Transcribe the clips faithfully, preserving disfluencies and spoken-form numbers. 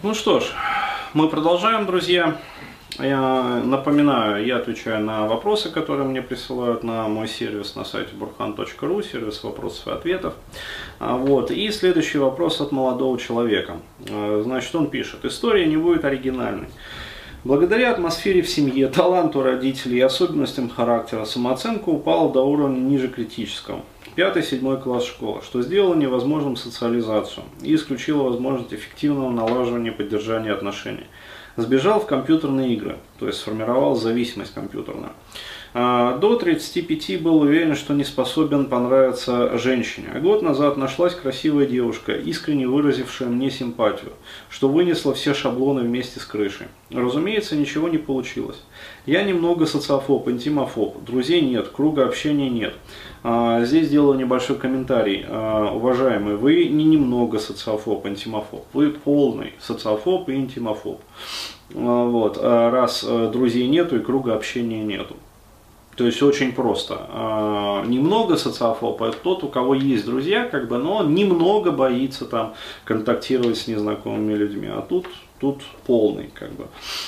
Ну что ж, мы продолжаем, друзья. Я напоминаю, я отвечаю на вопросы, которые мне присылают на мой сервис на сайте бурхан точка ру, сервис вопросов и ответов. Вот. И следующий вопрос от молодого человека. Значит, он пишет: история не будет оригинальной. Благодаря атмосфере в семье, таланту родителей и особенностям характера самооценка упала до уровня ниже критического. Пятый-седьмой класс школы, что сделало невозможным социализацию и исключило возможность эффективного налаживания и поддержания отношений. Сбежал в компьютерные игры, то есть сформировал зависимость компьютерную. До тридцати пяти был уверен, что не способен понравиться женщине. А год назад нашлась красивая девушка, искренне выразившая мне симпатию, что вынесла все шаблоны вместе с крышей. Разумеется, ничего не получилось. Я немного социофоб, интимофоб, друзей нет, круга общения нет. Здесь делаю небольшой комментарий. Уважаемый, вы не немного социофоб, интимофоб, вы полный социофоб и интимофоб. Вот, раз друзей нету и круга общения нету. То есть очень просто. Немного социофоб — это тот, у кого есть друзья, как бы, но он немного боится там контактировать с незнакомыми людьми. А тут, тут полный, как бы.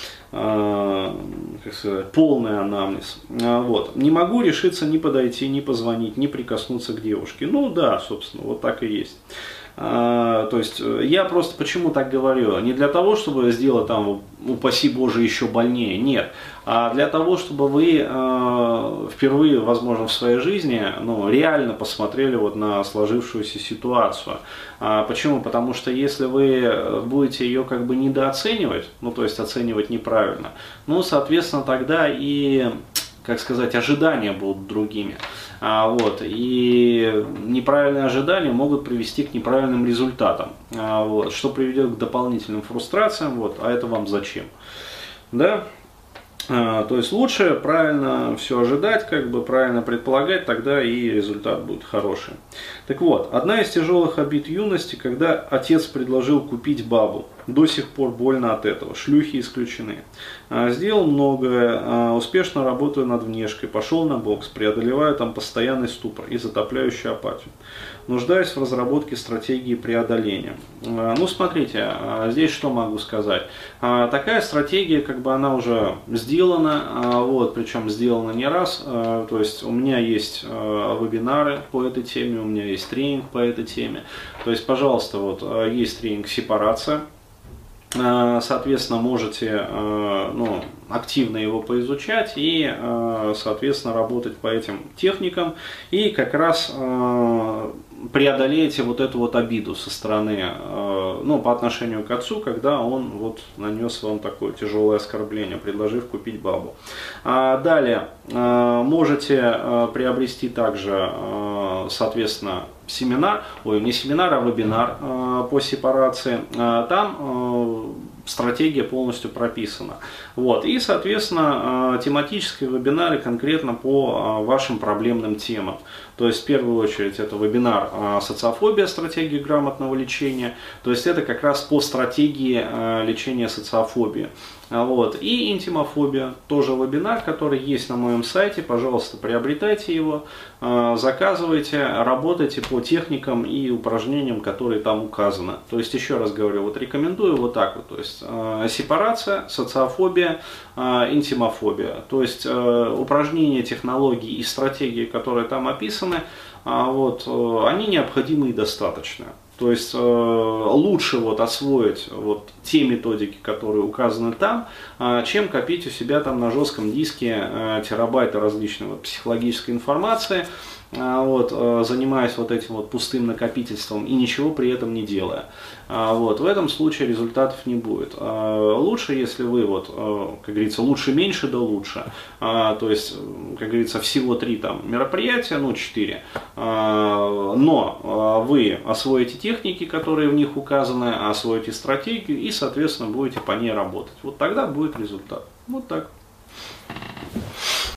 Как сказать, полный анамнез. Вот. Не могу решиться ни подойти, ни позвонить, ни прикоснуться к девушке. Ну да, собственно, вот так и есть. То есть я просто почему так говорю? Не для того, чтобы сделать там, упаси Боже, еще больнее, нет. А для того, чтобы вы э, впервые, возможно, в своей жизни ну, реально посмотрели вот на сложившуюся ситуацию. А почему? Потому что если вы будете ее как бы недооценивать, ну то есть оценивать неправильно, ну соответственно тогда и, как сказать, ожидания будут другими. А, вот, и неправильные ожидания могут привести к неправильным результатам, а, вот, что приведет к дополнительным фрустрациям, вот, а это вам зачем? Да? А, то есть лучше правильно все ожидать, как бы правильно предполагать, тогда и результат будет хороший. Так вот, одна из тяжелых обид юности, когда отец предложил купить бабу. До сих пор больно от этого, шлюхи исключены. Сделал многое, успешно работаю над внешкой, пошел на бокс, преодолеваю там постоянный ступор и затопляющую апатию. Нуждаюсь в разработке стратегии преодоления. Ну смотрите, здесь что могу сказать. Такая стратегия, как бы она уже сделана, вот, причем сделана не раз. То есть у меня есть вебинары по этой теме, у меня есть тренинг по этой теме. То есть, пожалуйста, вот есть тренинг «Сепарация». Соответственно, можете ну, активно его поизучать и, соответственно, работать по этим техникам. И как раз преодолеете вот эту вот обиду со стороны, ну, по отношению к отцу, когда он вот нанес вам такое тяжелое оскорбление, предложив купить бабу. Далее, можете приобрести также, соответственно, семинар, ой, не семинар, а вебинар по сепарации. Там стратегия полностью прописана. Вот. И, соответственно, тематические вебинары конкретно по вашим проблемным темам. То есть, в первую очередь, это вебинар «Социофобия. Стратегия грамотного лечения». То есть, это как раз по стратегии лечения социофобии. Вот. И интимофобия, тоже вебинар, который есть на моем сайте. Пожалуйста, приобретайте его, заказывайте, работайте по техникам и упражнениям, которые там указаны. То есть, еще раз говорю, вот рекомендую вот так вот. То есть, сепарация, социофобия, интимофобия. То есть, упражнения, технологии и стратегии, которые там описаны, вот, они необходимы и достаточны. То есть э, лучше вот освоить вот те методики, которые указаны там, э, чем копить у себя там на жестком диске э, терабайты различной вот, психологической информации, э, вот, э, занимаясь вот этим вот пустым накопительством и ничего при этом не делая. Э, вот, в этом случае результатов не будет. Э, лучше, если вы, вот, э, как говорится, лучше меньше, да лучше. Э, то есть, как говорится, всего три там мероприятия, ну четыре. Э, но э, вы освоите техники, которые в них указаны, освоите стратегию и, соответственно, будете по ней работать. Вот тогда будет результат. Вот так.